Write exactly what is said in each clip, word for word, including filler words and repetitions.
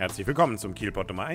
Herzlich willkommen zum Kielpot Nummer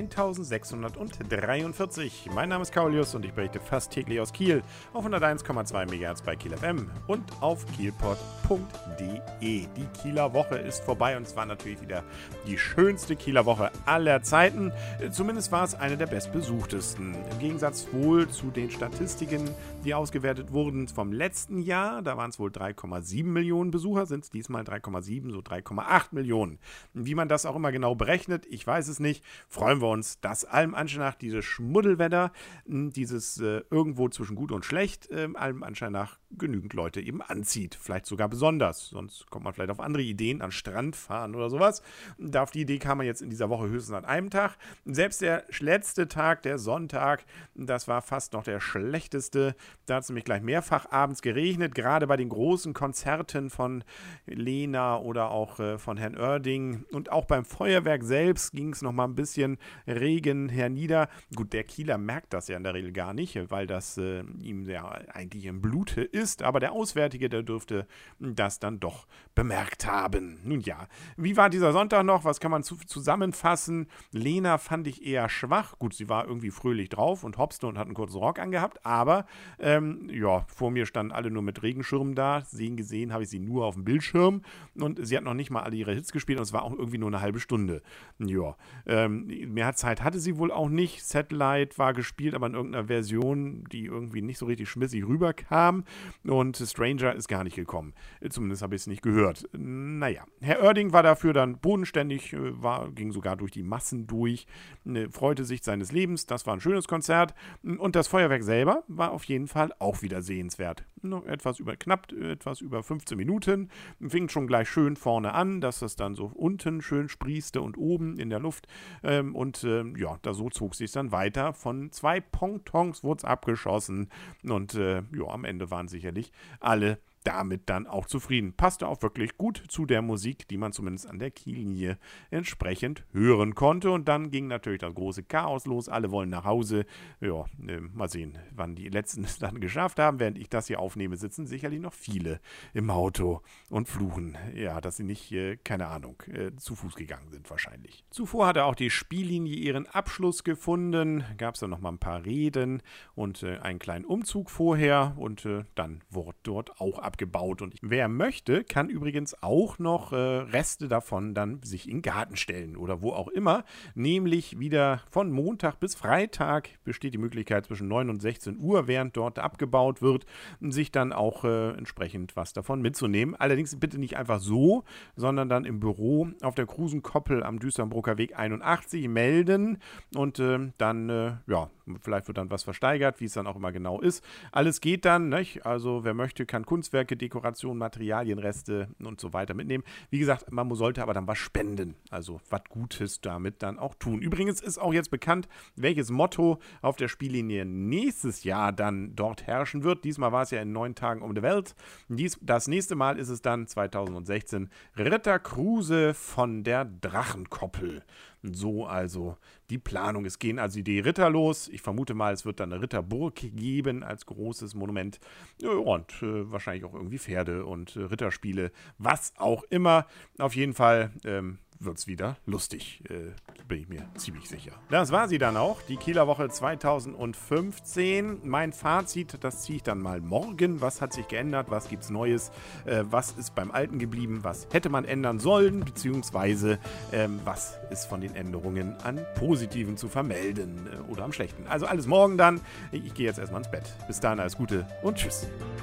eintausendsechshundertdreiundvierzig. Mein Name ist Kaulius und ich berichte fast täglich aus Kiel auf hunderteins Komma zwei Megahertz bei Kiel F M und auf kielpot punkt de. Die Kieler Woche ist vorbei und es war natürlich wieder die schönste Kieler Woche aller Zeiten. Zumindest war es eine der bestbesuchtesten. Im Gegensatz wohl zu den Statistiken, die ausgewertet wurden vom letzten Jahr, da waren es wohl drei Komma sieben Millionen Besucher, sind es diesmal drei Komma sieben, so drei Komma acht Millionen. Wie man das auch immer genau berechnet, ich weiß es nicht, freuen wir uns, dass allem Anschein nach dieses Schmuddelwetter, dieses äh, irgendwo zwischen gut und schlecht, äh, allem Anschein nach genügend Leute eben anzieht. Vielleicht sogar besonders, sonst kommt man vielleicht auf andere Ideen, an Strand fahren oder sowas. Da auf die Idee kam man jetzt in dieser Woche höchstens an einem Tag. Selbst der letzte Tag, der Sonntag, das war fast noch der schlechteste. Da hat es nämlich gleich mehrfach abends geregnet, gerade bei den großen Konzerten von Lena oder auch äh, von Herrn Oerding und auch beim Feuerwerk selbst ging es nochmal ein bisschen Regen hernieder. Gut, der Kieler merkt das ja in der Regel gar nicht, weil das äh, ihm ja eigentlich im Blute ist, aber der Auswärtige, der dürfte das dann doch bemerkt haben. Nun ja, wie war dieser Sonntag noch? Was kann man zu, zusammenfassen? Lena fand ich eher schwach. Gut, sie war irgendwie fröhlich drauf und hopste und hat einen kurzen Rock angehabt, aber ähm, ja, vor mir standen alle nur mit Regenschirmen da. Sehen gesehen habe ich sie nur auf dem Bildschirm und sie hat noch nicht mal alle ihre Hits gespielt und es war auch irgendwie nur eine halbe Stunde. Ja, ähm, mehr Zeit hatte sie wohl auch nicht. Satellite war gespielt, aber in irgendeiner Version, die irgendwie nicht so richtig schmissig rüberkam. Und Stranger ist gar nicht gekommen. Zumindest habe ich es nicht gehört. Naja, Herr Oerding war dafür dann bodenständig, war, ging sogar durch die Massen durch, freute sich seines Lebens. Das war ein schönes Konzert. Und das Feuerwerk selber war auf jeden Fall auch wieder sehenswert. Noch etwas über, knapp etwas über fünfzehn Minuten. Fing schon gleich schön vorne an, dass das dann so unten schön sprießte und oben in der Luft. Ähm, und ähm, ja, da so zog es sich dann weiter. Von zwei Pontons wurde es abgeschossen. Und äh, ja, am Ende waren sicherlich alle damit dann auch zufrieden. Passte auch wirklich gut zu der Musik, die man zumindest an der Kiellinie entsprechend hören konnte. Und dann ging natürlich das große Chaos los. Alle wollen nach Hause. Ja, äh, mal sehen, wann die Letzten es dann geschafft haben. Während ich das hier aufnehme, sitzen sicherlich noch viele im Auto und fluchen. Ja, dass sie nicht, äh, keine Ahnung, äh, zu Fuß gegangen sind wahrscheinlich. Zuvor hatte auch die Spiellinie ihren Abschluss gefunden. Gab es dann noch mal ein paar Reden und äh, einen kleinen Umzug vorher. Und äh, dann wurde dort auch abgebaut. Und wer möchte, kann übrigens auch noch äh, Reste davon dann sich in den Garten stellen oder wo auch immer. Nämlich wieder von Montag bis Freitag besteht die Möglichkeit zwischen neun und sechzehn Uhr, während dort abgebaut wird, sich dann auch äh, entsprechend was davon mitzunehmen. Allerdings bitte nicht einfach so, sondern dann im Büro auf der Krusenkoppel am Düsternbrucker Weg einundachtzig melden und äh, dann, äh, ja, vielleicht wird dann was versteigert, wie es dann auch immer genau ist. Alles geht dann, nicht? Also wer möchte, kann Kunstwerke, Dekoration, Materialienreste und so weiter mitnehmen. Wie gesagt, man sollte aber dann was spenden, also was Gutes damit dann auch tun. Übrigens ist auch jetzt bekannt, welches Motto auf der Spiellinie nächstes Jahr dann dort herrschen wird. Diesmal war es ja in neun Tagen um die Welt. Dies, das nächste Mal ist es dann zweitausendsechzehn Ritter Kruse von der Drachenkoppel. So also die Planung. Es gehen also die Ritter los. Ich vermute mal, es wird dann eine Ritterburg geben als großes Monument. Ja, und äh, wahrscheinlich auch irgendwie Pferde und äh, Ritterspiele. Was auch immer. Auf jeden Fall ähm, wird es wieder lustig. Äh, bin ich mir ziemlich sicher. Das war sie dann auch. Die Kieler Woche zweitausendfünfzehn. Mein Fazit, das ziehe ich dann mal morgen. Was hat sich geändert? Was gibt es Neues? Äh, was ist beim Alten geblieben? Was hätte man ändern sollen? Beziehungsweise ähm, was ist von den Änderungen an Positiven zu vermelden äh, oder am Schlechten? Also alles morgen dann. Ich gehe jetzt erstmal ins Bett. Bis dahin alles Gute und tschüss.